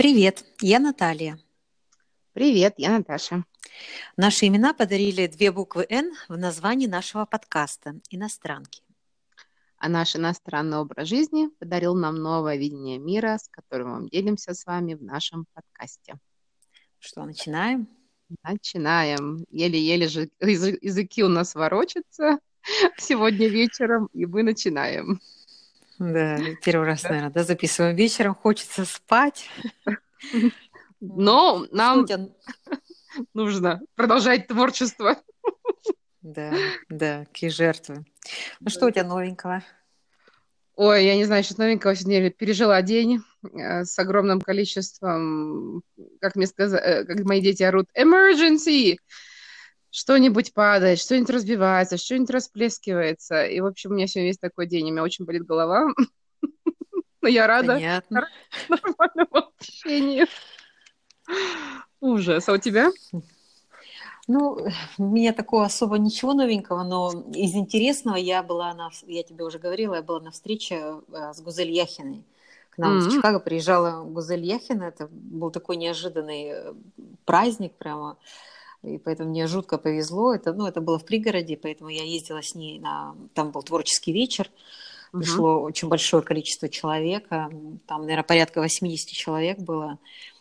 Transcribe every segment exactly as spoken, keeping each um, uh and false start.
Привет, я Наталья. Привет, я Наташа. Наши имена подарили две буквы «Н» в названии нашего подкаста «Иностранки». А наш иностранный образ жизни подарил нам новое видение мира, с которым мы делимся с вами в нашем подкасте. Что, начинаем? Начинаем. Еле-еле же язы- языки у нас ворочатся сегодня вечером, и мы начинаем. Да, первый раз, Да. наверное, да, записываем вечером, хочется спать. Вот. Но Что у нам тебя? нужно продолжать творчество. Да, да, какие жертвы. Ну что у тебя Да. новенького? Ой, я не знаю, что новенького сегодня пережила день э, с огромным количеством, как мне сказать, как мои дети орут, emergency! Что-нибудь падает, что-нибудь разбивается, что-нибудь расплескивается. И, в общем, у меня сегодня весь такой день. У меня очень болит голова, но я рада Понятно. нор- нормальному общению. Ужас. А у тебя? Ну, у меня такого особо ничего новенького, но из интересного я была на, я тебе уже говорила, я была на встрече э, с Гузель Яхиной. К нам в М, Чикаго приезжала Гузель Яхина, это был такой неожиданный э, праздник прямо, и поэтому мне жутко повезло. Это, ну, это было в пригороде, поэтому я ездила с ней на, там был творческий вечер, мгм, пришло очень большое количество человек, а, там, наверное, порядка восемьдесят человек было.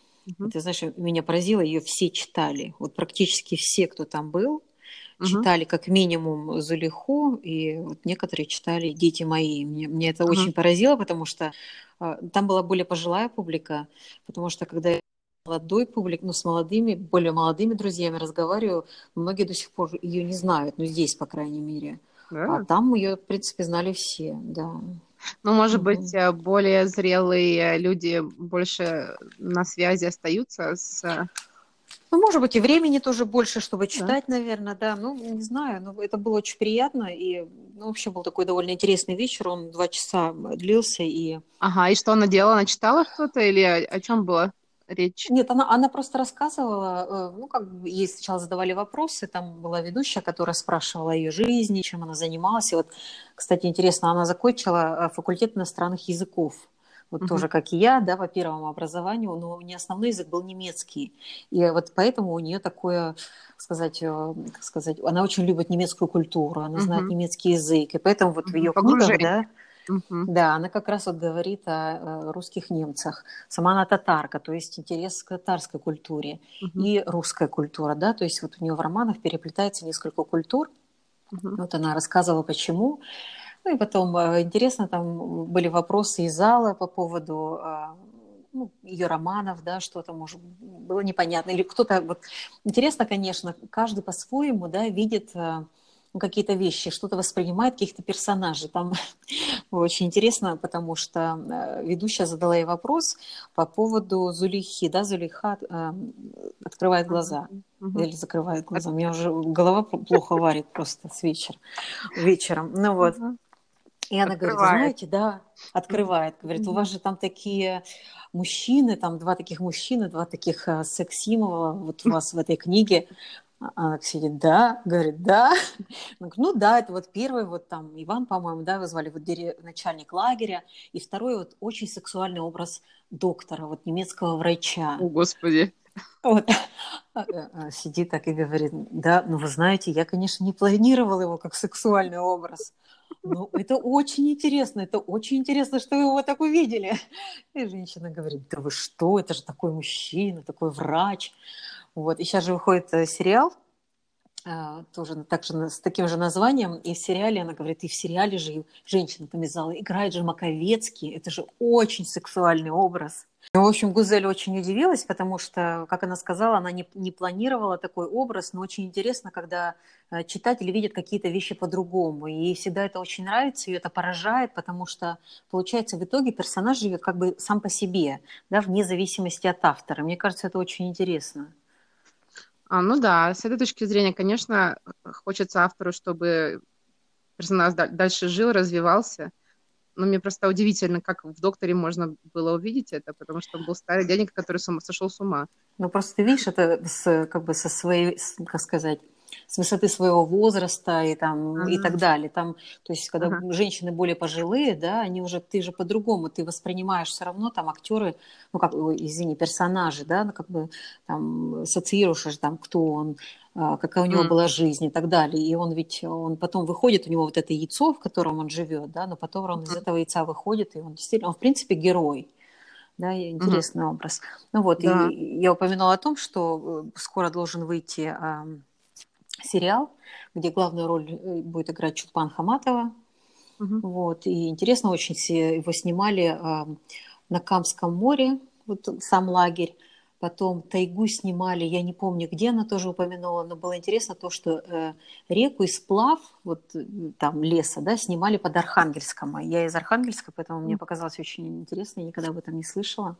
И мгм, ты знаешь, меня поразило, ее все читали. Вот практически все, кто там был, мгм, читали как минимум Зулейху, и вот некоторые читали «Дети мои». Мне, мне это мгм. очень поразило, потому что а, там была более пожилая публика, потому что когда я с молодой публик, ну, с молодыми, более молодыми друзьями разговариваю, многие до сих пор ее не знают, ну, здесь, по крайней мере. А Да. там ее, в принципе, знали все, да. Ну, может быть, Мгм. э, более зрелые люди больше на связи остаются с... э, Ну, может быть, и времени тоже больше, чтобы Да. читать, наверное, да. Ну, не знаю, но это было очень приятно. И, ну, вообще был такой довольно интересный вечер. Он два часа длился. И Ага, и что она делала? Она читала что-то или о, о чем была речь? нет, она, она просто рассказывала, э, ну, как бы ей сначала задавали вопросы, там была ведущая, которая спрашивала о ее жизни, чем она занималась. И вот, кстати, интересно, она закончила э, факультет иностранных языков. Вот Мгм, тоже, как и я, да, по первому образованию, но у нее основной язык был немецкий. И вот поэтому у нее такое, сказать, э, как сказать, она очень любит немецкую культуру, она знает мгм, немецкий язык. И поэтому вот в мгм. ее книгах, Погружение. да, Мгм, да, она как раз вот говорит о э, русских немцах. Сама она татарка, то есть интерес к татарской культуре мгм, и русская культура, да, то есть вот у нее в романах переплетается несколько культур. мгм. Вот она рассказывала, почему. Ну и потом э, интересно, там были вопросы из зала по поводу а, ну, ее романов, да, что-то, может, было непонятно. Или кто-то, вот, интересно, конечно, каждый по-своему, да, видит э, ну, какие-то вещи, что-то воспринимает каких-то персонажей. Там очень интересно, потому что э, ведущая задала ей вопрос по поводу Зулейхи, да, Зулейха э, открывает Ага, глаза мгм. или закрывает От- глаза. У меня уже голова плохо варит просто с вечера, вечером. Ну вот. ага. И она говорит, вы Открывает. знаете, да, Мгм. открывает, говорит, у Мгм. вас же там такие мужчины, там два таких мужчины, два таких э, секс-символа вот у вас в этой книге. А она сидит, да, говорит, да. Она говорит, ну да, это вот первый, вот там Иван, по-моему, да, его звали, вот дире- начальник лагеря, и второй вот очень сексуальный образ доктора, вот немецкого врача. О, Господи. Вот. А, э, а, Сидит так и говорит, да, ну вы знаете, я, конечно, не планировала его как сексуальный образ. Ну, это очень интересно, это очень интересно, что вы его так увидели. И женщина говорит, да вы что, это же такой мужчина, такой врач. Вот. И сейчас же выходит э, сериал, а, тоже также на- с таким же названием. И в сериале, она говорит, и в сериале же и женщина там из зала играет же Маковецкий. Это же очень сексуальный образ. Ну, в общем, Гузель очень удивилась, потому что, как она сказала, она не, не планировала такой образ, но очень интересно, когда э, читатель видит какие-то вещи по-другому. И ей всегда это очень нравится, ее это поражает, потому что, получается, в итоге персонаж живет как бы сам по себе, да, вне зависимости от автора. Мне кажется, это очень интересно. А, ну да, с этой точки зрения, конечно, хочется автору, чтобы персонаж да- дальше жил, развивался. Но мне просто удивительно, как в «Докторе» можно было увидеть это, потому что он был старый дяденька, который с ума- сошел с ума. Ну, просто ты видишь, это с, как бы со своей, с, как сказать, с высоты своего возраста и, там, и А, так далее. Там, то есть, когда ага. женщины более пожилые, да, они уже, ты же по-другому, ты воспринимаешь все равно там актеры, ну, как, ой, извини, персонажи, да, ну, как бы там ассоциируешь, аж там, кто он, а, какая у него М, была жизнь и так далее. И он ведь, он потом выходит, у него вот это яйцо, в котором он живет, да, но потом он из мгм, этого яйца выходит, и он действительно, он в принципе герой. Да, и мгм. интересный образ. Ну вот, Да. и я упомянула о том, что э, скоро должен выйти а, сериал, где главную роль э, будет играть Чулпан Хаматова. Мгм, Вот, и интересно очень, се- его снимали а, на Камском море, вот сам лагерь. Потом тайгу снимали, я не помню, где она тоже упомянула, но было интересно то, что э, реку и сплав, вот э, там леса, да, снимали под Архангельском. А я из Архангельска, поэтому мне показалось очень интересно, я никогда об этом не слышала.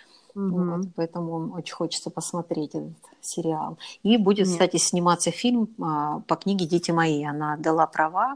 Вот, мгм. поэтому очень хочется посмотреть этот сериал. И будет, Нет. кстати, сниматься фильм а, по книге «Дети мои». Она дала права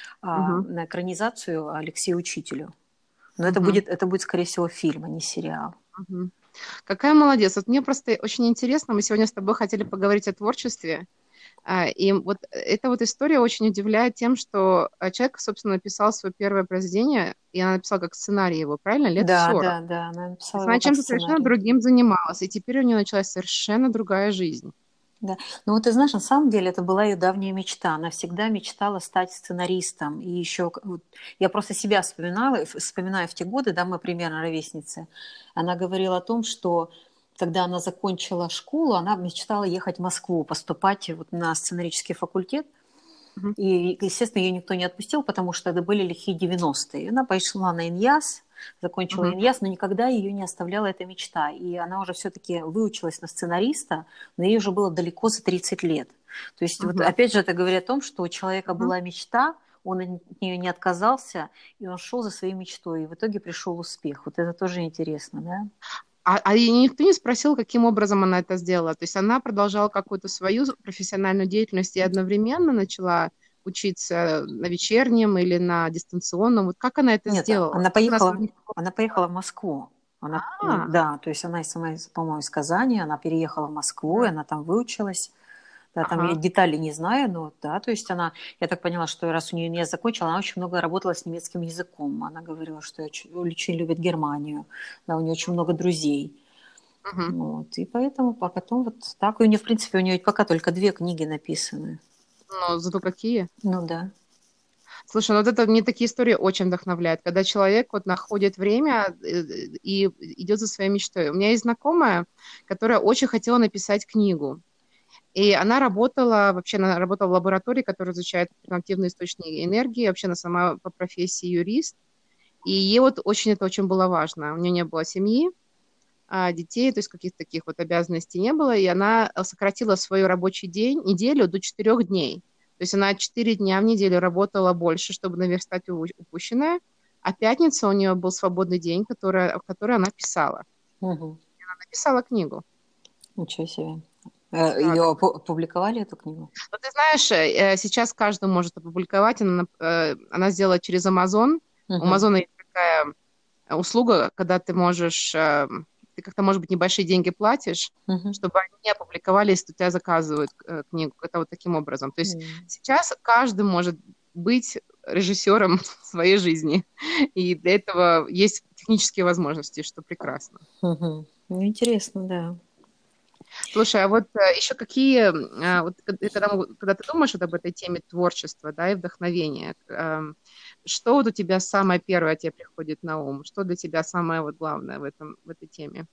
а, Мгм, на экранизацию Алексею Учителю. Но это мгм, будет, это будет, скорее всего, фильм, а не сериал. мгм. Какая молодец. Вот мне просто очень интересно, мы сегодня с тобой хотели поговорить о творчестве. А, И вот эта вот история очень удивляет тем, что а, человек, собственно, написал свое первое произведение, и она написала как сценарий его, правильно, лет в Да, сорок. да, да, она То написала есть его она как чем-то совершенно сценарий. другим занималась, и теперь у нее началась совершенно другая жизнь. Да. Ну вот ты знаешь, на самом деле это была ее давняя мечта. Она всегда мечтала стать сценаристом. И еще вот, я просто себя вспоминала, вспоминаю в те годы, да, мы примерно ровесницы. Она говорила о том, что когда она закончила школу, она мечтала ехать в Москву, поступать вот на сценарический факультет. Мгм, И, естественно, ее никто не отпустил, потому что это были лихие девяностые. Она пошла на Иньяс, закончила мгм, Иньяс, но никогда ее не оставляла эта мечта. И она уже все-таки выучилась на сценариста, но ей уже было далеко за тридцать лет. То есть, вот мгм, опять же, это говорит о том, что у человека мгм. была мечта, он от нее не отказался, и он шел за своей мечтой, и в итоге пришел успех. Вот это тоже интересно, да? А, а и никто не спросил, каким образом она это сделала. То есть она продолжала какую-то свою профессиональную деятельность и одновременно начала учиться на вечернем или на дистанционном. Вот как она это Нет, сделала? она Как она поехала, свою... она поехала в Москву. Она, А, да, то есть она сама, по-моему, из Казани, она переехала в Москву, и да. она там выучилась. Да, там я Ага. деталей не знаю, но да, то есть она, я так поняла, что раз у нее не закончила, она очень много работала с немецким языком. Она говорила, что очень любит Германию, да, у нее очень много друзей. Мгм. Вот, и поэтому а потом вот так, и у нее, в принципе, у нее пока только две книги написаны. Но зато какие. Ну да. Слушай, ну вот это мне такие истории очень вдохновляют, когда человек вот находит время э, и идет за своей мечтой. У меня есть знакомая, которая очень хотела написать книгу. И она работала, вообще она работала в лаборатории, которая изучает альтернативные источники энергии. Вообще она сама по профессии юрист. И ей вот очень это очень было важно. У нее не было семьи, а, детей, то есть каких-то таких вот обязанностей не было. И она сократила свой рабочий день, неделю до четырех дней. То есть она четыре дня в неделю работала больше, чтобы наверстать упущенное. А пятница у нее был свободный день, который, в который она писала. Угу. Она написала книгу. Ничего себе. Э, Да, ее опубликовали, эту книгу? ну, ты знаешь, э, сейчас каждый может опубликовать. Она, э, она сделала через Amazon. У Угу. Amazon есть такая услуга, когда ты можешь, э, ты как-то, может быть, небольшие деньги платишь, Угу. чтобы они опубликовали, если у тебя заказывают э, книгу. Это вот таким образом. То есть сейчас каждый может быть режиссером своей жизни. И для этого есть технические возможности, что прекрасно. Угу. Ну, интересно, да. Слушай, а вот э, еще какие, а, вот, к- когда, мы- когда ты думаешь вот об этой теме творчества, да, и вдохновения, к- эм, что вот у тебя самое первое тебе приходит на ум? Что для тебя самое вот главное в этом, в этой теме?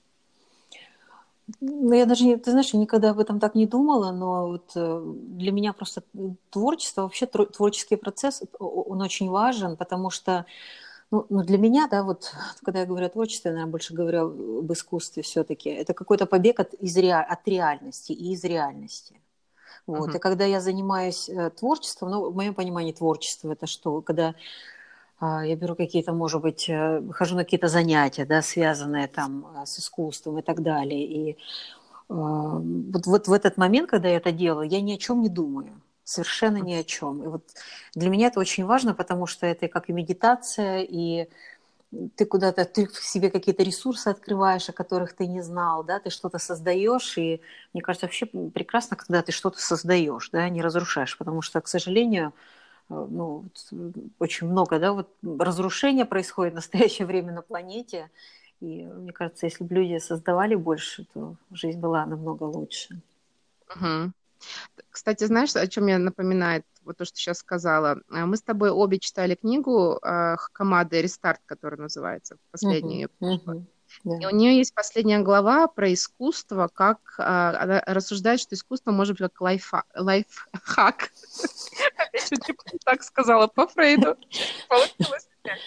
Ну, я даже, не- ты знаешь, я никогда об этом так не думала, но вот э, для меня просто творчество, вообще тр- творческий процесс, о- он очень важен, потому что, ну, ну, для меня, да, вот когда я говорю о творчестве, я, наверное, больше говорю об искусстве все-таки, это какой-то побег от, из rea- от реальности и из реальности. Вот. И Мгм. когда я занимаюсь э, творчеством, ну, в моем понимании творчество это что? Когда а, я беру какие-то, может быть, э, хожу на какие-то занятия, да, связанные там э, с искусством и так далее. И а, вот, вот в этот момент, когда я это делаю, я ни о чем не думаю. Совершенно ни о чем. И вот для меня это очень важно, потому что это как и медитация, и ты куда-то, ты в себе какие-то ресурсы открываешь, о которых ты не знал, да, ты что-то создаешь, и мне кажется, вообще прекрасно, когда ты что-то создаешь, да, не разрушаешь, потому что, к сожалению, э, ну, вот, очень много, да, вот разрушения происходит в настоящее время на планете, и мне кажется, если бы люди создавали больше, то жизнь была намного лучше. Мгм. Кстати, знаешь, о чем мне напоминает вот то, что сейчас сказала? А, Мы с тобой обе читали книгу а, Хакамады «Рестарт», которая называется, последняя Мгм, ее вышла. мгм, да. И у нее есть последняя глава про искусство, как а, она рассуждает, что искусство может быть как лайфхак. лайфхак. Я чуть-чуть не так сказала по Фрейду. Получилось.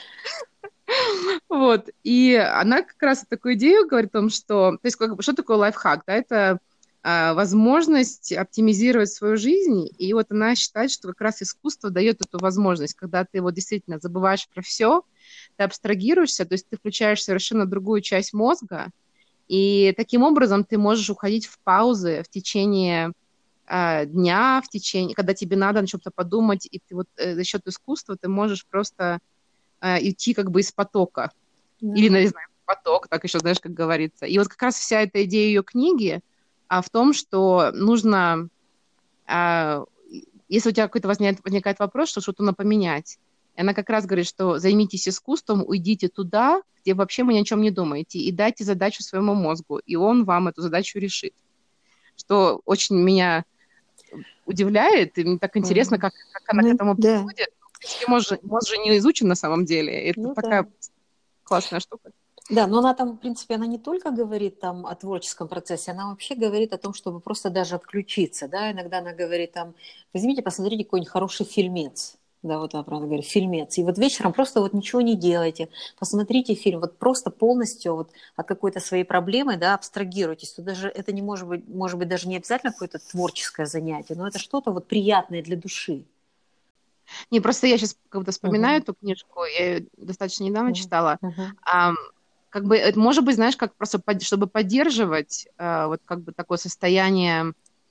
Вот. И она как раз такую идею говорит о том, что... То есть, как бы, что такое лайфхак? Да, это а, возможность оптимизировать свою жизнь. И вот она считает, что как раз искусство дает эту возможность, когда ты вот действительно забываешь про все, ты абстрагируешься, то есть ты включаешь совершенно другую часть мозга, и таким образом ты можешь уходить в паузы в течение а, дня, в течение, когда тебе надо на чем-то подумать, и ты вот э, за счет искусства ты можешь просто а, идти как бы из потока. Или, Да. ну, не знаю, поток, так еще, знаешь, как говорится. И вот как раз вся эта идея ее книги а, в том, что нужно, а, если у тебя какой-то возникает, возникает вопрос, что что-то надо поменять, и она как раз говорит, что займитесь искусством, уйдите туда, где вообще вы ни о чем не думаете, и дайте задачу своему мозгу, и он вам эту задачу решит. Что очень меня удивляет, и мне так интересно, Мгм. как, как она к Ну, этому да. подходит. В принципе, мозг же, мозг же не изучен на самом деле. Это Ну такая да. классная штука. Да, но она там, в принципе, она не только говорит там о творческом процессе, она вообще говорит о том, чтобы просто даже отключиться, да, иногда она говорит там, возьмите, посмотрите какой-нибудь хороший фильмец, да, вот она правда говорит, фильмец, и вот вечером просто вот ничего не делайте, посмотрите фильм, вот просто полностью вот от какой-то своей проблемы, да, абстрагируйтесь, то даже это не может быть, может быть, даже не обязательно какое-то творческое занятие, но это что-то вот приятное для души. Не, просто я сейчас как будто вспоминаю Мгм. эту книжку, я ее достаточно недавно Мгм. читала. Мгм. Ам, как бы, это может быть, знаешь, как просто, под- чтобы поддерживать а, вот как бы такое состояние,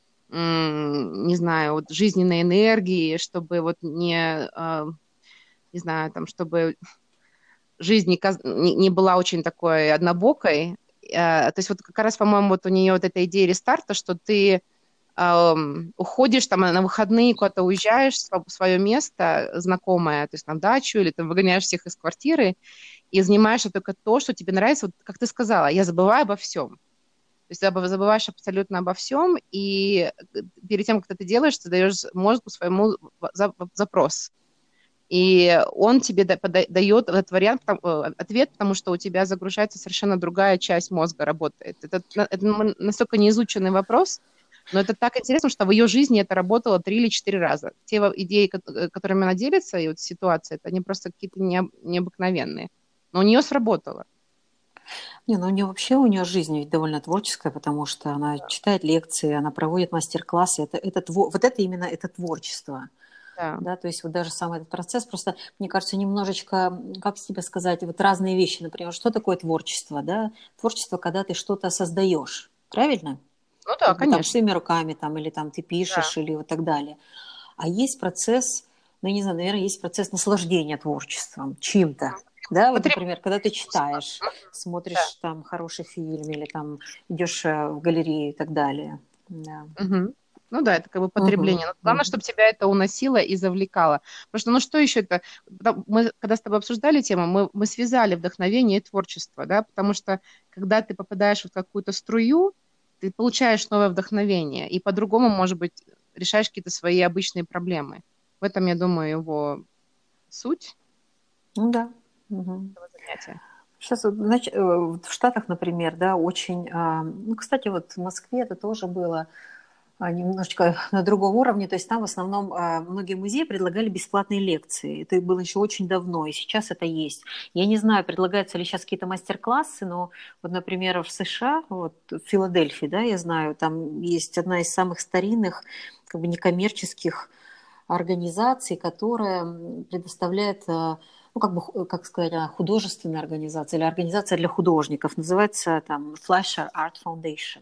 м, не знаю, вот жизненной энергии, чтобы вот не, а, не знаю, там, чтобы жизнь не, каз- не, не была очень такой однобокой. А, то есть вот как раз, по-моему, вот у нее вот эта идея рестарта, что ты ам, уходишь там на выходные, куда-то уезжаешь в свое место знакомое, то есть на дачу, или ты выгоняешь всех из квартиры и занимаешься только то, что тебе нравится. Вот как ты сказала, я забываю обо всем. То есть ты обо- забываешь абсолютно обо всем, и э, перед тем, как ты это делаешь, ты даешь мозгу своему за- запрос. И он тебе да- пода- дает этот вариант, потом- э, ответ, потому что у тебя загружается совершенно другая часть мозга работает. Это, на- это м- настолько неизученный вопрос, но это так интересно, что в ее жизни это работало три или четыре раза. Те во- идеи, ко- э, которыми она делится, и вот ситуация, это они просто какие-то необ- необыкновенные. Но у нее сработало. Не, ну у нее вообще, у нее жизнь ведь довольно творческая, потому что она читает лекции, она проводит мастер-классы. Это, это, тво- вот это именно это творчество. Да. Да, то есть вот даже сам этот процесс, просто, мне кажется, немножечко, м, как тебе сказать, вот разные вещи. Например, что такое творчество, да? Творчество, когда ты что-то создаешь, правильно? Ну да, Как бы там конечно. своими руками, там, или там ты Да. пишешь, или вот так далее. А есть процесс, ну, я не знаю, наверное, есть процесс наслаждения творчеством, чем-то. Да, вот, Потребление например, когда ты искусства. читаешь, Да. смотришь там хороший фильм или там идешь э, в галерею и так далее. Да. Мгм. Ну да, это как бы Мгм, потребление. Но главное, мгм. чтобы тебя это уносило и завлекало. Потому что, ну что еще это? Потому- Мы, когда с тобой обсуждали тему, мы, мы связали вдохновение и творчество, да, потому что когда ты попадаешь в какую-то струю, ты получаешь новое вдохновение, и по-другому, может быть, решаешь какие-то свои обычные проблемы. В этом, я думаю, его суть Ну да. Мгм. этого занятия. Сейчас вот, знач- э, вот в Штатах, например, да, очень, а, ну, кстати, вот в Москве это тоже было а, немножечко на другом уровне. То есть там в основном а, многие музеи предлагали бесплатные лекции. Это было еще очень давно, и сейчас это есть. Я не знаю, предлагаются ли сейчас какие-то мастер-классы, но вот, например, в США, вот в Филадельфии, да, я знаю, там есть одна из самых старинных, как бы некоммерческих организаций, которая м, предоставляет, а, ну, как бы, ху- как сказать, а, художественная организация или организация для художников. Называется там Fleischer Art Foundation.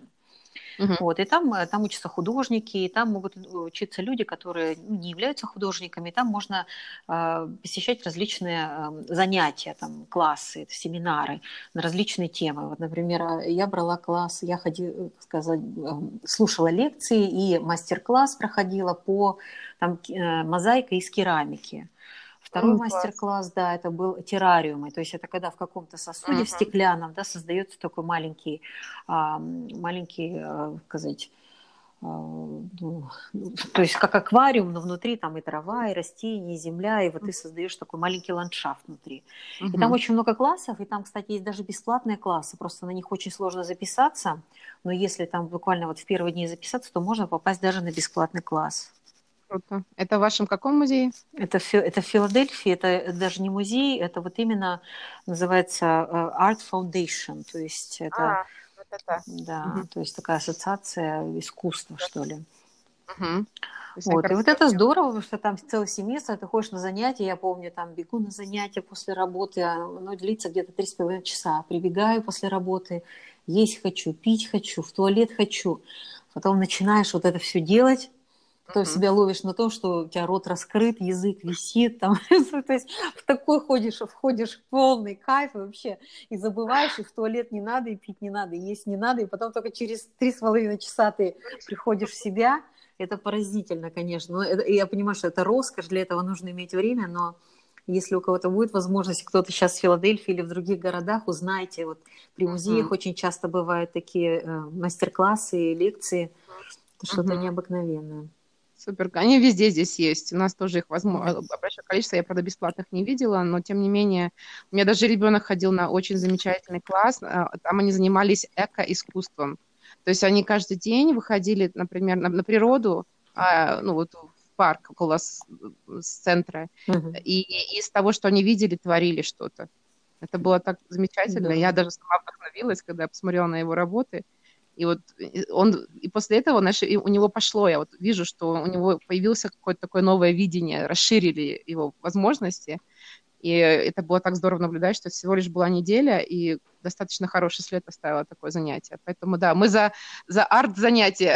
Мгм. Вот, и там, э, там учатся художники, и там могут учиться люди, которые ну, не являются художниками. И там можно э, посещать различные э, занятия, там, классы, семинары на различные темы. Вот, например, э, я брала класс, я ходила, сказать, э, слушала лекции и мастер-класс проходила по там, к- э, мозаика из керамики. Второй М, класс. мастер-класс, да, это был террариумы, то есть это когда в каком-то сосуде в Мгм. стеклянном, да, создается такой маленький, а, маленький, э, сказать, а, ну, то есть как аквариум, но внутри там и трава, и растения, и земля, и вот ты создаешь такой маленький ландшафт внутри. И там Мгм. очень много классов, и там, кстати, есть даже бесплатные классы, просто на них очень сложно записаться, но если там буквально вот в первые дни записаться, то можно попасть даже на бесплатный класс. Круто. Это в вашем каком музее? Это, в Фи- это в Филадельфии, это даже не музей, это вот именно называется э, Art Foundation, то есть это, А, вот это. да, Мгм. то есть такая ассоциация искусства, что ли. Мгм. То есть они Вот, как и раз вот это делают. здорово, потому что там целый семестр, ты ходишь на занятия, я помню, там бегу на занятия после работы, а оно длится где-то три с половиной часа, прибегаю после работы, есть хочу, пить хочу, в туалет хочу, потом начинаешь вот это все делать, потом Мгм. себя ловишь на том, что у тебя рот раскрыт, язык висит, там, то есть в такой ходишь, входишь в полный кайф и вообще, и забываешь, и в туалет не надо, и пить не надо, и есть не надо, и потом только через три с половиной часа ты приходишь в себя. Это поразительно, конечно. Но это, я понимаю, что это роскошь, для этого нужно иметь время, но если у кого-то будет возможность, кто-то сейчас в Филадельфии или в других городах, узнайте. Вот при Мгм. музеях очень часто бывают такие э, мастер-классы, лекции. Это что-то Мгм. необыкновенное. Супер. Они везде здесь есть. У нас тоже их Да. возможно большое количество. Я, правда, бесплатных не видела, но тем не менее, у меня даже ребенок ходил на очень замечательный класс. А, Там они занимались эко-искусством. То есть они каждый день выходили, например, на, на природу, а, ну вот в парк около с, с центра, Мгм. и, и из того, что они видели, творили что-то. Это было так замечательно. Я Здорово. даже сама вдохновилась, когда я посмотрела на его работы. И вот и он, и после этого, знаешь, и у него пошло, я вот вижу, что у него появилось какое-то такое новое видение, расширили его возможности, и это было так здорово наблюдать, что это всего лишь была неделя, и достаточно хороший след оставило такое занятие. Поэтому, да, мы за, за арт-занятия.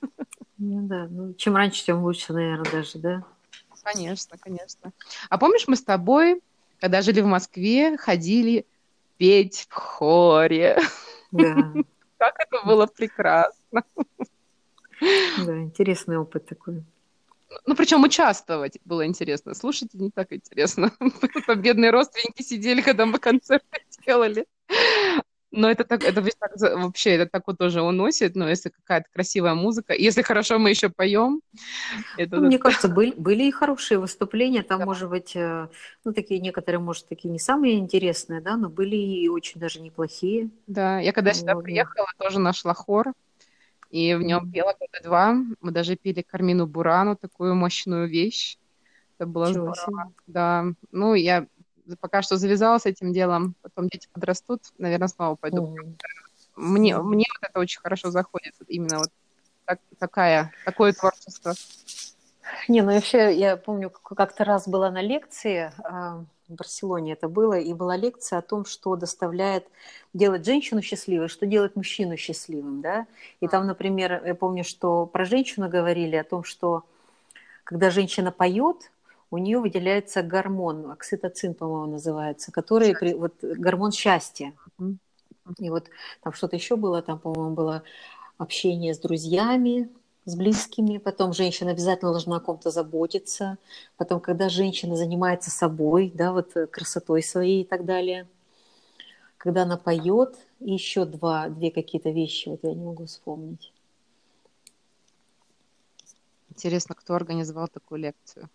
Ну да, ну, чем раньше, тем лучше, наверное, даже, да? Конечно, конечно. А помнишь, мы с тобой, когда жили в Москве, ходили петь в хоре? Да, Как это было прекрасно. да, интересный опыт такой. Ну, причем участвовать было интересно. Слушать не так интересно. Там бедные родственники сидели, когда мы концерты делали. Но это так, это ведь так за- вообще, это так вот тоже уносит. Но если какая-то красивая музыка, если хорошо мы еще поем, Ну, это мне кажется, были, были и хорошие выступления. Там, да, может быть, э, ну, такие некоторые, может, такие не самые интересные, да, но были и очень даже неплохие. да. Я когда сюда Вот, да. приехала, тоже нашла хор, и в нем Мгм. пела года два. Мы даже пели Кармину Бурану, такую мощную вещь. Это было Ничего здорово. себе. Да. Ну, я пока что завязала с этим делом. Потом дети подрастут, наверное, снова пойду. Мгм. Мне, Мгм. мне вот это очень хорошо заходит. Вот именно вот так, такая, такое творчество. Не, ну вообще, я помню, как- как-то раз была на лекции, а, в Барселоне это было, и была лекция о том, что доставляет делать женщину счастливой, что делает мужчину счастливым, да. И там, например, я помню, что про женщину говорили о том, что когда женщина поет, у нее выделяется гормон, окситоцин, по-моему, называется, который, при- вот, гормон счастья. Мгм. И вот там что-то еще было, там, по-моему, было общение с друзьями, с близкими. Потом женщина обязательно должна о ком-то заботиться. Потом, когда женщина занимается собой, да, вот э, красотой своей и так далее. Когда она поет, и еще два, две какие-то вещи, вот я не могу вспомнить. Интересно, кто организовал такую лекцию?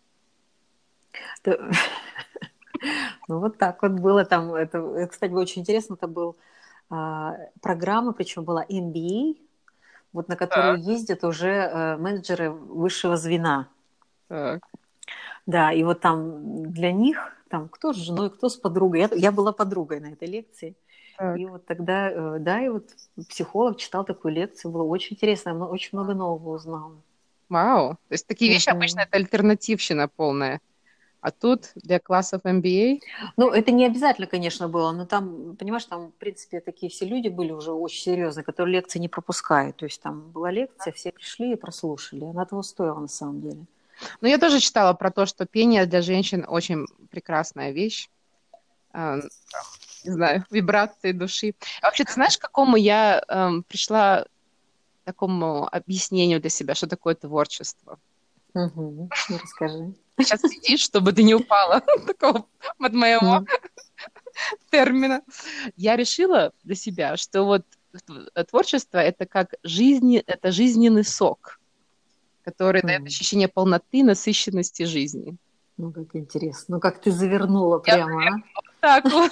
Это- Ну, вот так вот было там. Это, э, кстати, было очень интересно. Это был а, программа, причем была эм би эй, вот на которую Так, ездят уже э, менеджеры высшего звена. так, Да, и вот там для них, там кто с женой, кто с подругой. Я, я была подругой на этой лекции. так. И вот тогда, э, да, и вот психолог читал такую лекцию, было очень интересно, я очень много нового узнала. Вау. То есть такие вещи обычно Мгм. это альтернативщина полная. А тут для классов эм би эй... Ну, это не обязательно, конечно, было, но там, понимаешь, там, в принципе, такие все люди были уже очень серьезные, которые лекции не пропускают. То есть там была лекция, все пришли и прослушали. Она того стоила на самом деле. Ну, я тоже читала про то, что пение для женщин очень прекрасная вещь. А, не знаю, вибрации души. А вообще, ты знаешь, к какому я эм, пришла такому объяснению для себя, что такое творчество? Угу. Ну, расскажи. Ты сейчас сидишь, чтобы ты не упала такого от моего М. термина. Я решила для себя, что вот творчество — это как жизни, это жизненный сок, который дает М. ощущение полноты, насыщенности жизни. Ну, как интересно. Ну, как ты завернула Я прямо, а? так вот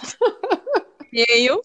умею.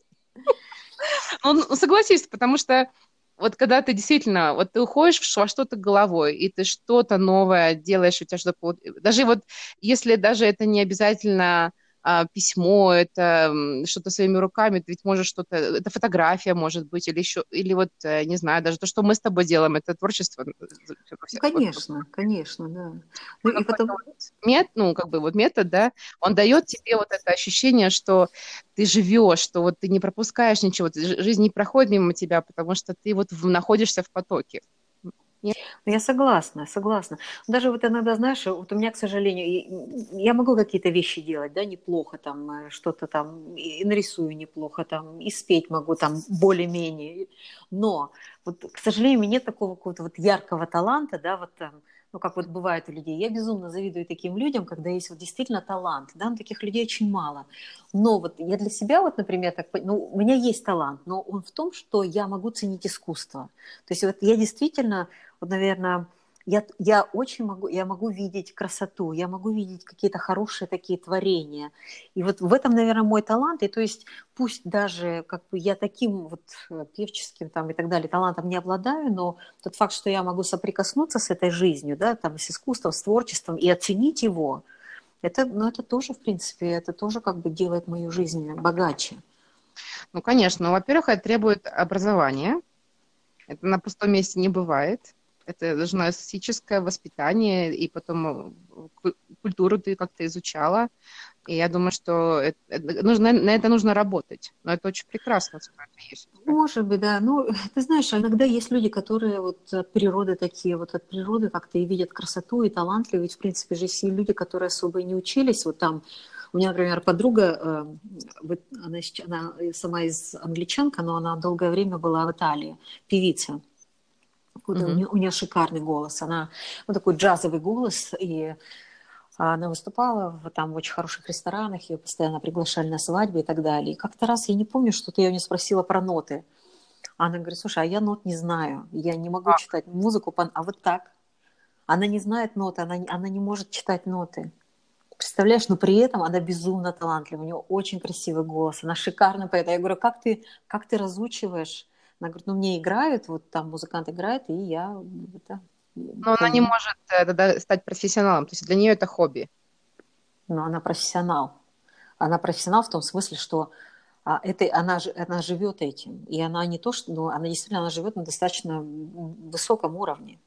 Ну, ну, согласись, потому что вот когда ты действительно, вот ты уходишь во что-то головой, и ты что-то новое делаешь, у тебя что-то... пол- Даже вот если даже это не обязательно а, письмо, это м, что-то своими руками, ты ведь можешь что-то... Это фотография, может быть, или еще... Или вот, э, не знаю, даже то, что мы с тобой делаем, это творчество. э, во Ну, всех- вот- вот конечно, конечно, да. Ну, и какой-то потом, вот мет, ну, как бы вот метод, да, он дает тебе вот это ощущение, что ты живешь, что вот ты не пропускаешь ничего, ты- жи- жизнь не проходит мимо тебя, потому что ты вот в- находишься в потоке. Нет? ну, я согласна, согласна. Даже вот иногда, знаешь, вот у меня, к сожалению, и- я могу какие-то вещи делать, да, неплохо там, э, что-то там, и нарисую неплохо там, и спеть могу там более-менее. Но вот, к сожалению, у меня нет такого какого-то вот яркого таланта, да, вот там, ну, как вот бывает у людей. Я безумно завидую таким людям, когда есть вот действительно талант, да, но таких людей очень мало. Но вот я для себя вот, например, так, ну, у меня есть талант, но он в том, что я могу ценить искусство. То есть вот я действительно вот, наверное, я, я очень могу, я могу видеть красоту, я могу видеть какие-то хорошие такие творения. И вот в этом, наверное, мой талант. И то есть пусть даже как бы я таким вот э, певческим там и так далее талантом не обладаю, но тот факт, что я могу соприкоснуться с этой жизнью, да, там, с искусством, с творчеством и оценить его, это, ну, это тоже, в принципе, это тоже как бы делает мою жизнь богаче. Ну, конечно, ну, во-первых, это требует образования. Это на пустом месте не бывает. Это журналистическое воспитание, и потом э, ку- культуру ты как-то изучала. И я думаю, что это, это нужно, на это нужно работать. Но это очень прекрасно, что это есть у тебя. Может быть, да. Ну, ты знаешь, иногда есть люди, которые вот от природы такие, вот от природы как-то и видят красоту, и талантливые. Ведь, в принципе, же есть и люди, которые особо и не учились. Вот там у меня, например, подруга, э, вот она, щ- она сама из англичанка, но она долгое время была в Италии, певица. Вот у Мгм. нее, у нее шикарный голос. Она, ну, такой джазовый голос, и а она выступала в, там, в очень хороших ресторанах, ее постоянно приглашали на свадьбы и так далее. И как-то раз, я не помню, что-то я у нее спросила про ноты. Она говорит, слушай, а я нот не знаю, я не могу читать музыку, а вот так. Она не знает ноты, она, не- она не может читать ноты. Представляешь, но при этом она безумно талантлива, у нее очень красивый голос, она шикарно поет. А я говорю, как ты, как ты разучиваешь? Она говорит, ну мне играют, вот там музыкант играет, и я это, Но она не пою. может э, тогда стать профессионалом. То есть для нее это хобби. Но она профессионал. Она профессионал в том смысле, что а, это, она, ж- она живет этим. И она не то, что, ну, она действительно она живет на достаточно высоком уровне.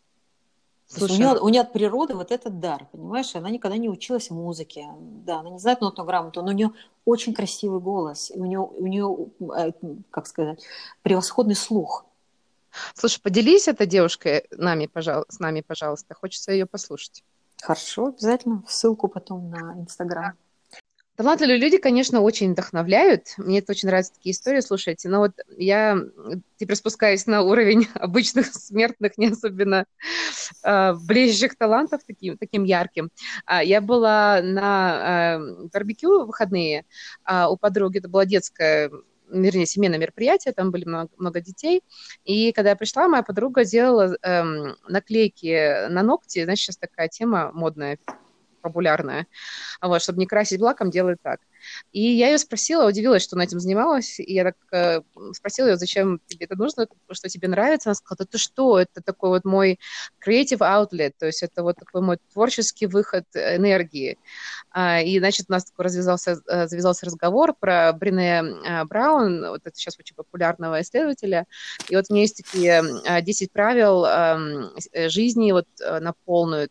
То есть у Слушай, нее, ну, у нее от природы вот этот дар, понимаешь? Она никогда не училась музыке. Да, она не знает нотную грамоту, но у нее очень красивый голос. И у нее, у нее, э, как сказать, превосходный слух. слушай, поделись этой девушкой нами, пожалуйста, с нами, пожалуйста. Хочется ее послушать. Хорошо, обязательно ссылку потом на Инстаграм. Талантливые люди, конечно, очень вдохновляют. Мне это очень нравятся такие истории, слушайте. Но вот я теперь спускаюсь на уровень обычных смертных, не особенно э, блещущих талантов, таким, таким ярким. А, я была на э, барбекю в выходные а, у подруги. Это было детское, вернее, семейное мероприятие, там были много, много детей. И когда я пришла, моя подруга делала эм, наклейки на ногти. Знаешь, сейчас такая тема модная, популярная. Вот, чтобы не красить лаком, делают так. И я ее спросила, удивилась, что она этим занималась. И я так э, спросила ее, зачем тебе это нужно, что тебе нравится. Она сказала, да ты что, это такой вот мой creative outlet, то есть это вот такой мой творческий выход энергии. А, и, значит, у нас такой развязался, э, завязался разговор про Брене э, Браун, вот это сейчас очень популярного исследователя. И вот у нее есть такие э, десять правил э, жизни вот э, на полную, то есть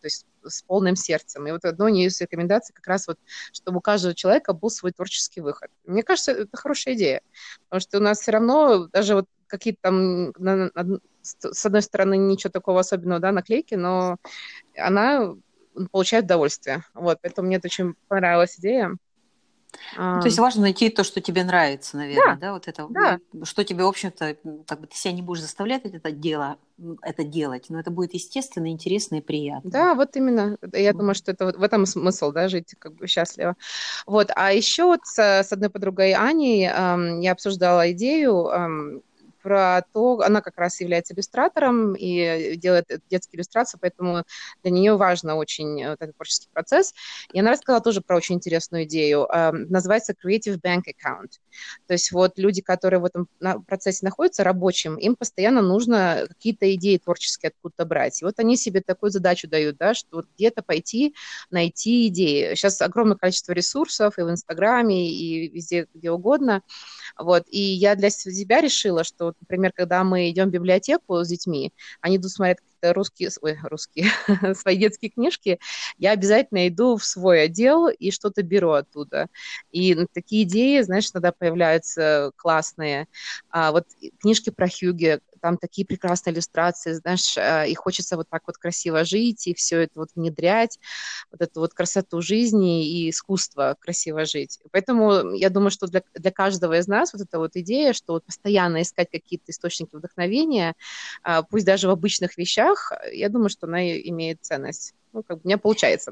с полным сердцем. И вот одно из рекомендаций как раз вот, чтобы у каждого человека был свой творческий выход. Мне кажется, это хорошая идея, потому что у нас все равно даже вот какие-то там, на, на, с одной стороны, ничего такого особенного, да, наклейки, но она получает удовольствие. Вот, поэтому мне это очень понравилась идея. Ну, то есть важно найти то, что тебе нравится, наверное, Да, да, вот это, да. что тебе, в общем-то, как бы ты себя не будешь заставлять это дело, это делать, но это будет естественно, интересно и приятно. Да, вот именно. Я думаю, что это вот в этом смысл, да, жить как бы счастливо. Вот, а еще вот с, с одной подругой Аней эм, я обсуждала идею эм, про то, она как раз является иллюстратором и делает детские иллюстрации, поэтому для нее важно очень вот этот творческий процесс. И она рассказала тоже про очень интересную идею. Эм, называется Creative Bank Account. То есть вот люди, которые в этом процессе находятся рабочим, им постоянно нужно какие-то идеи творческие откуда-то брать. И вот они себе такую задачу дают, да, что вот где-то пойти, найти идеи. Сейчас огромное количество ресурсов и в Инстаграме, и везде, где угодно. Вот. И я для себя решила, что, например, когда мы идем в библиотеку с детьми, они идут смотреть какие-то русские, ой, русские, свои детские книжки, я обязательно иду в свой отдел и что-то беру оттуда. И такие идеи, знаешь, иногда появляются классные. А вот книжки про Хьюге, там такие прекрасные иллюстрации, знаешь, и хочется вот так вот красиво жить, и все это вот внедрять, вот эту вот красоту жизни и искусство красиво жить. Поэтому я думаю, что для, для каждого из нас вот эта вот идея, что вот постоянно искать какие-то источники вдохновения, пусть даже в обычных вещах, я думаю, что она имеет ценность. Ну, как бы у меня получается.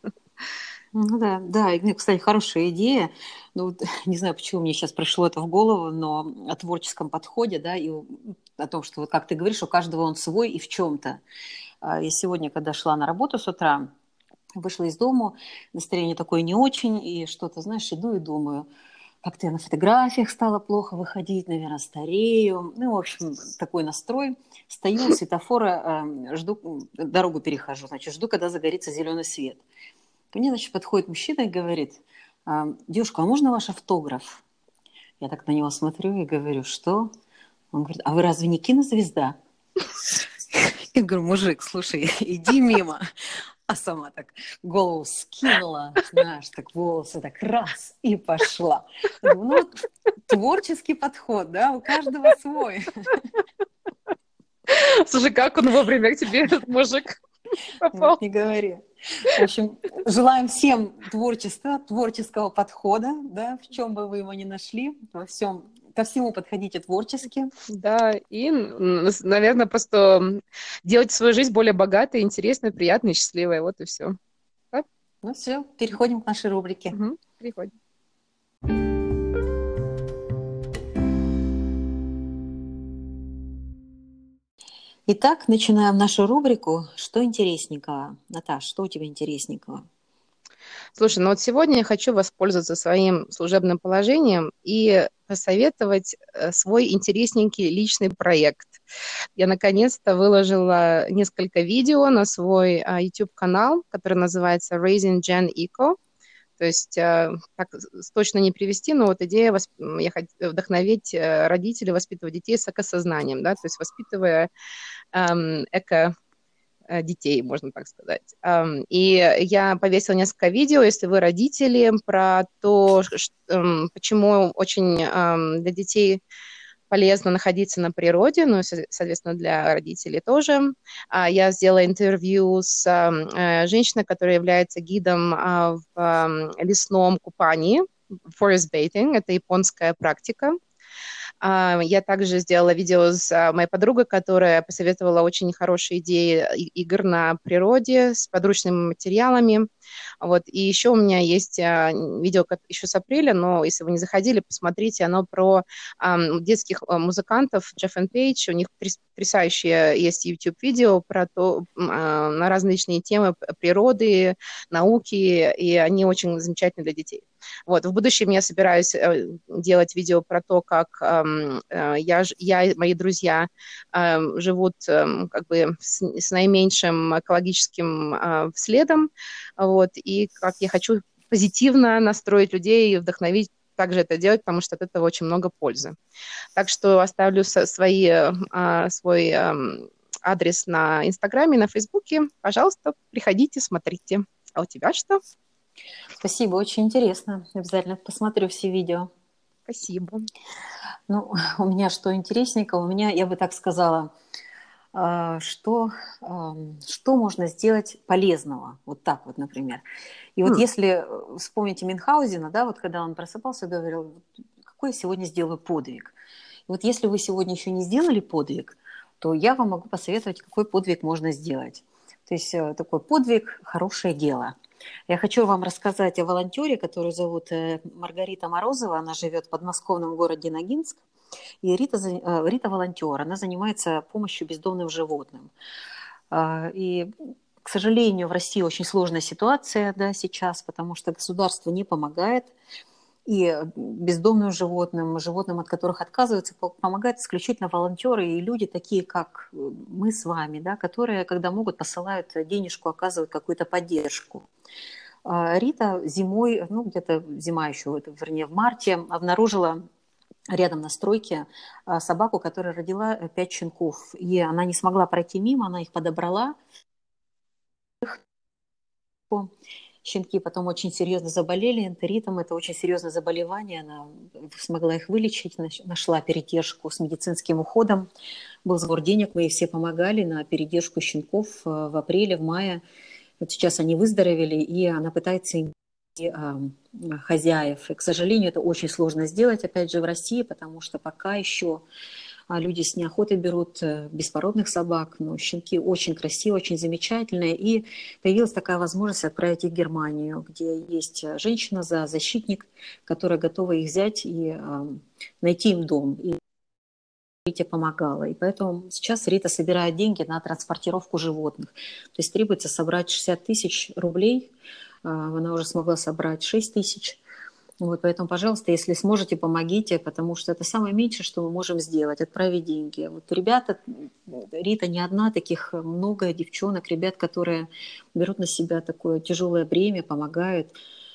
Ну да, да, и, кстати, хорошая идея. Ну, вот, не знаю, почему мне сейчас пришло это в голову, но о творческом подходе, да, и о том, что, как ты говоришь, у каждого он свой и в чем-то. Я сегодня, когда шла на работу с утра, вышла из дома, настроение такое не очень, и что-то, знаешь, иду и думаю, как-то я на фотографиях стала плохо выходить, наверное, старею. Ну, в общем, такой настрой. Стою у светофора, жду, дорогу перехожу, значит, жду, когда загорится зеленый свет. Ко мне, значит, подходит мужчина и говорит: девушка, а можно ваш автограф? Я так на него смотрю и говорю: что? Он говорит: а вы разве не кинозвезда? Я говорю: мужик, слушай, иди мимо. А сама так голову скинула, знаешь, так волосы так раз и пошла. Ну вот творческий подход, да, у каждого свой. Слушай, как он вовремя к тебе, этот мужик, попал? Вот не говори. В общем, желаем всем творчества, творческого подхода, да, в чем бы вы его ни нашли, во всем, ко всему подходите творчески. Да, и, наверное, просто делать свою жизнь более богатой, интересной, приятной, счастливой. Вот и все. Так? Ну все, переходим к нашей рубрике. Угу, переходим. Итак, начинаем нашу рубрику «Что интересненького?». Наташ, что у тебя интересненького? Слушай, ну вот сегодня я хочу воспользоваться своим служебным положением и посоветовать свой интересненький личный проект. Я наконец-то выложила несколько видео на свой YouTube-канал, который называется Raising Gen Eco. То есть, так точно не привести, но вот идея восп... я хочу вдохновить родителей воспитывать детей с экосознанием, да, то есть воспитывая эм, эко детей, можно так сказать. И я повесила несколько видео, если вы родители, про то, почему очень для детей полезно находиться на природе, ну, соответственно, для родителей тоже. Я сделала интервью с женщиной, которая является гидом в лесном купании, forest bathing, это японская практика. Я также сделала видео с моей подругой, которая посоветовала очень хорошие идеи игр на природе с подручными материалами. Вот. И еще у меня есть видео еще с апреля, но если вы не заходили, посмотрите, оно про детских музыкантов Jeff and Page. У них потрясающие есть YouTube-видео про то, на различные темы природы, науки, и они очень замечательны для детей. Вот. В будущем я собираюсь делать видео про то, как я, я и мои друзья живут как бы с, с наименьшим экологическим следом, вот, и как я хочу позитивно настроить людей и вдохновить также это делать, потому что от этого очень много пользы. Так что оставлю свои, свой адрес на Инстаграме, на Фейсбуке. Пожалуйста, приходите, смотрите. А у тебя что? Спасибо, очень интересно. Обязательно посмотрю все видео. Спасибо. Ну, у меня что интересненького? У меня, я бы так сказала, что, что можно сделать полезного. Вот так вот, например. И вот М. если вспомните Мюнхгаузена, да, вот когда он просыпался, говорил, какой я сегодня сделаю подвиг. И вот если вы сегодня еще не сделали подвиг, то я вам могу посоветовать, какой подвиг можно сделать. То есть такой подвиг – хорошее дело. Я хочу вам рассказать о волонтере, которую зовут Маргарита Морозова. Она живет в подмосковном городе Ногинск. И Рита, Рита волонтер, она занимается помощью бездомным животным. И, к сожалению, в России очень сложная ситуация, да, сейчас, потому что государство не помогает. И бездомным животным, животным, от которых отказываются, помогают исключительно волонтеры и люди такие, как мы с вами, да, которые, когда могут, посылают денежку, оказывают какую-то поддержку. Рита зимой, ну где-то зима еще, вернее в марте, обнаружила рядом на стройке собаку, которая родила пять щенков. И она не смогла пройти мимо, она их подобрала. Щенки потом очень серьезно заболели энтеритом. Это очень серьезное заболевание. Она смогла их вылечить, нашла передержку с медицинским уходом. Был сбор денег, мы ей все помогали на передержку щенков в апреле, в мае. Вот сейчас они выздоровели, и она пытается им хозяев. И, к сожалению, это очень сложно сделать, опять же, в России, потому что пока еще люди с неохотой берут беспородных собак, но щенки очень красивые, очень замечательные. И появилась такая возможность отправить их в Германию, где есть женщина, защитник, которая готова их взять и найти им дом. И Рите помогала. И поэтому сейчас Рита собирает деньги на транспортировку животных. То есть требуется собрать шестьдесят тысяч рублей. Она уже смогла собрать шесть тысяч. Вот, поэтому, пожалуйста, если сможете, помогите, потому что это самое меньшее, что мы можем сделать, отправить деньги. Вот ребята, Рита не одна, таких много девчонок, ребят, которые берут на себя такое тяжелое бремя, помогают.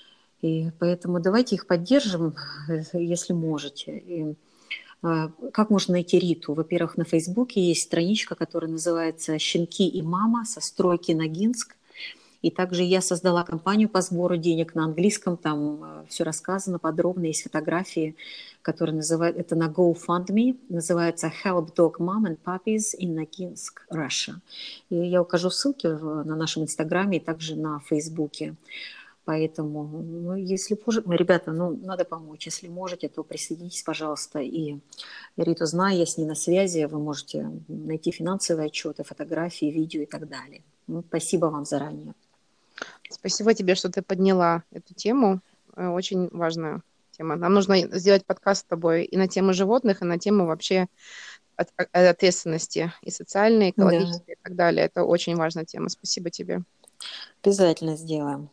И поэтому давайте их поддержим, если можете. И как можно найти Риту? Во-первых, на Фейсбуке есть страничка, которая называется «Щенки и мама» со стройки Ногинск. И также я создала компанию по сбору денег на английском, там все рассказано подробно, есть фотографии, которые называют, это на GoFundMe, называется Help Dog Mom and Puppies in Ногинск, Russia. И я укажу ссылки на нашем инстаграме и также на Фейсбуке. Поэтому, ну, если, ребята, ну, надо помочь. Если можете, то присоединитесь, пожалуйста. И Риту знаю, я с ней на связи. Вы можете найти финансовые отчеты, фотографии, видео и так далее. Ну, спасибо вам заранее. Спасибо тебе, что ты подняла эту тему. Очень важная тема. Нам нужно сделать подкаст с тобой и на тему животных, и на тему вообще ответственности и социальной, и экологической, да, и так далее. Это очень важная тема. Спасибо тебе. Обязательно сделаем.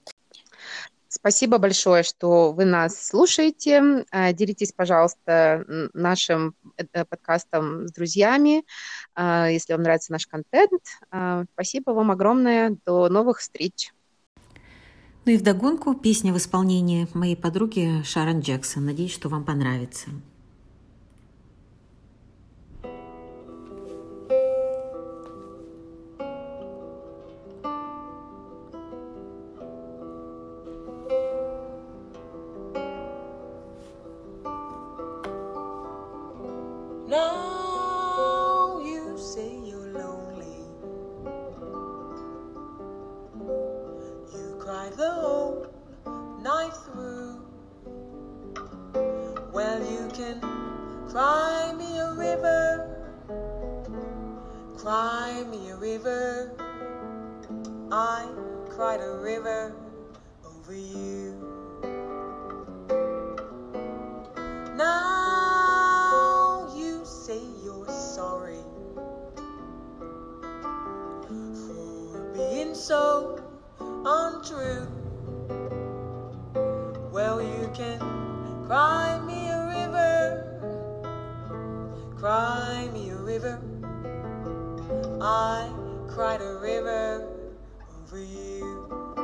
Спасибо большое, что вы нас слушаете. Делитесь, пожалуйста, нашим подкастом с друзьями, если вам нравится наш контент. Спасибо вам огромное. До новых встреч. Ну и вдогонку песня в исполнении моей подруги Шарон Джексон. Надеюсь, что вам понравится. Now you say you're lonely. You cry the whole night through. Well, you can cry me a river, cry me a river. I cried a river over you. Now so untrue. Well, you can cry me a river, cry me a river. I cried a river over you.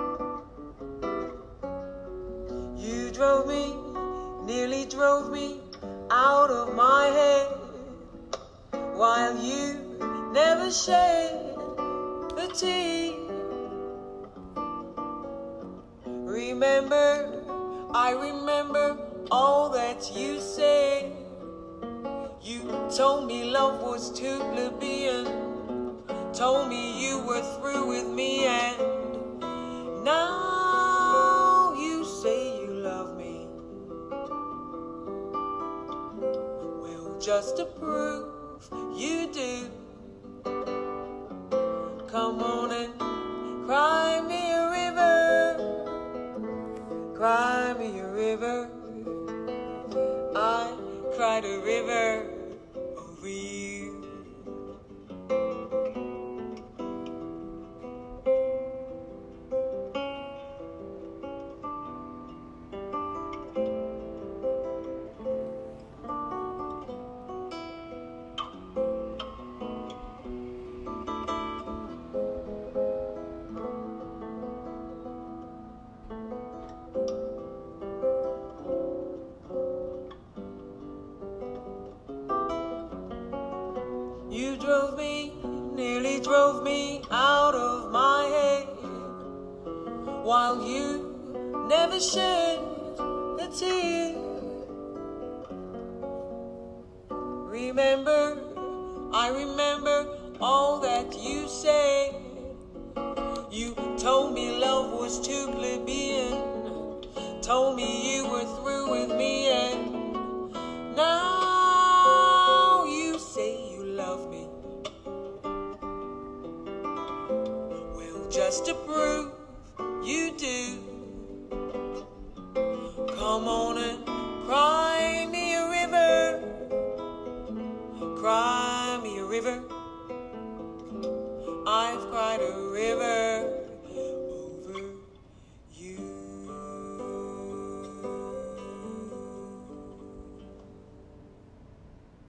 You drove me, nearly drove me out of my head, while you never shed a tear. Remember, I remember all that you said. You told me love was too plebeian, told me you were through with me, and now you say you love me. Well, just to prove you do, come on and cry me a river, cry me a river. I cried a river over you. You drove me, nearly drove me out of my head, while you never shed a tear. Remember, I remember all that you said. You told me love was too plebeian, told me you were through with me, and now you say you love me. Well, just to prove you do, come on and cry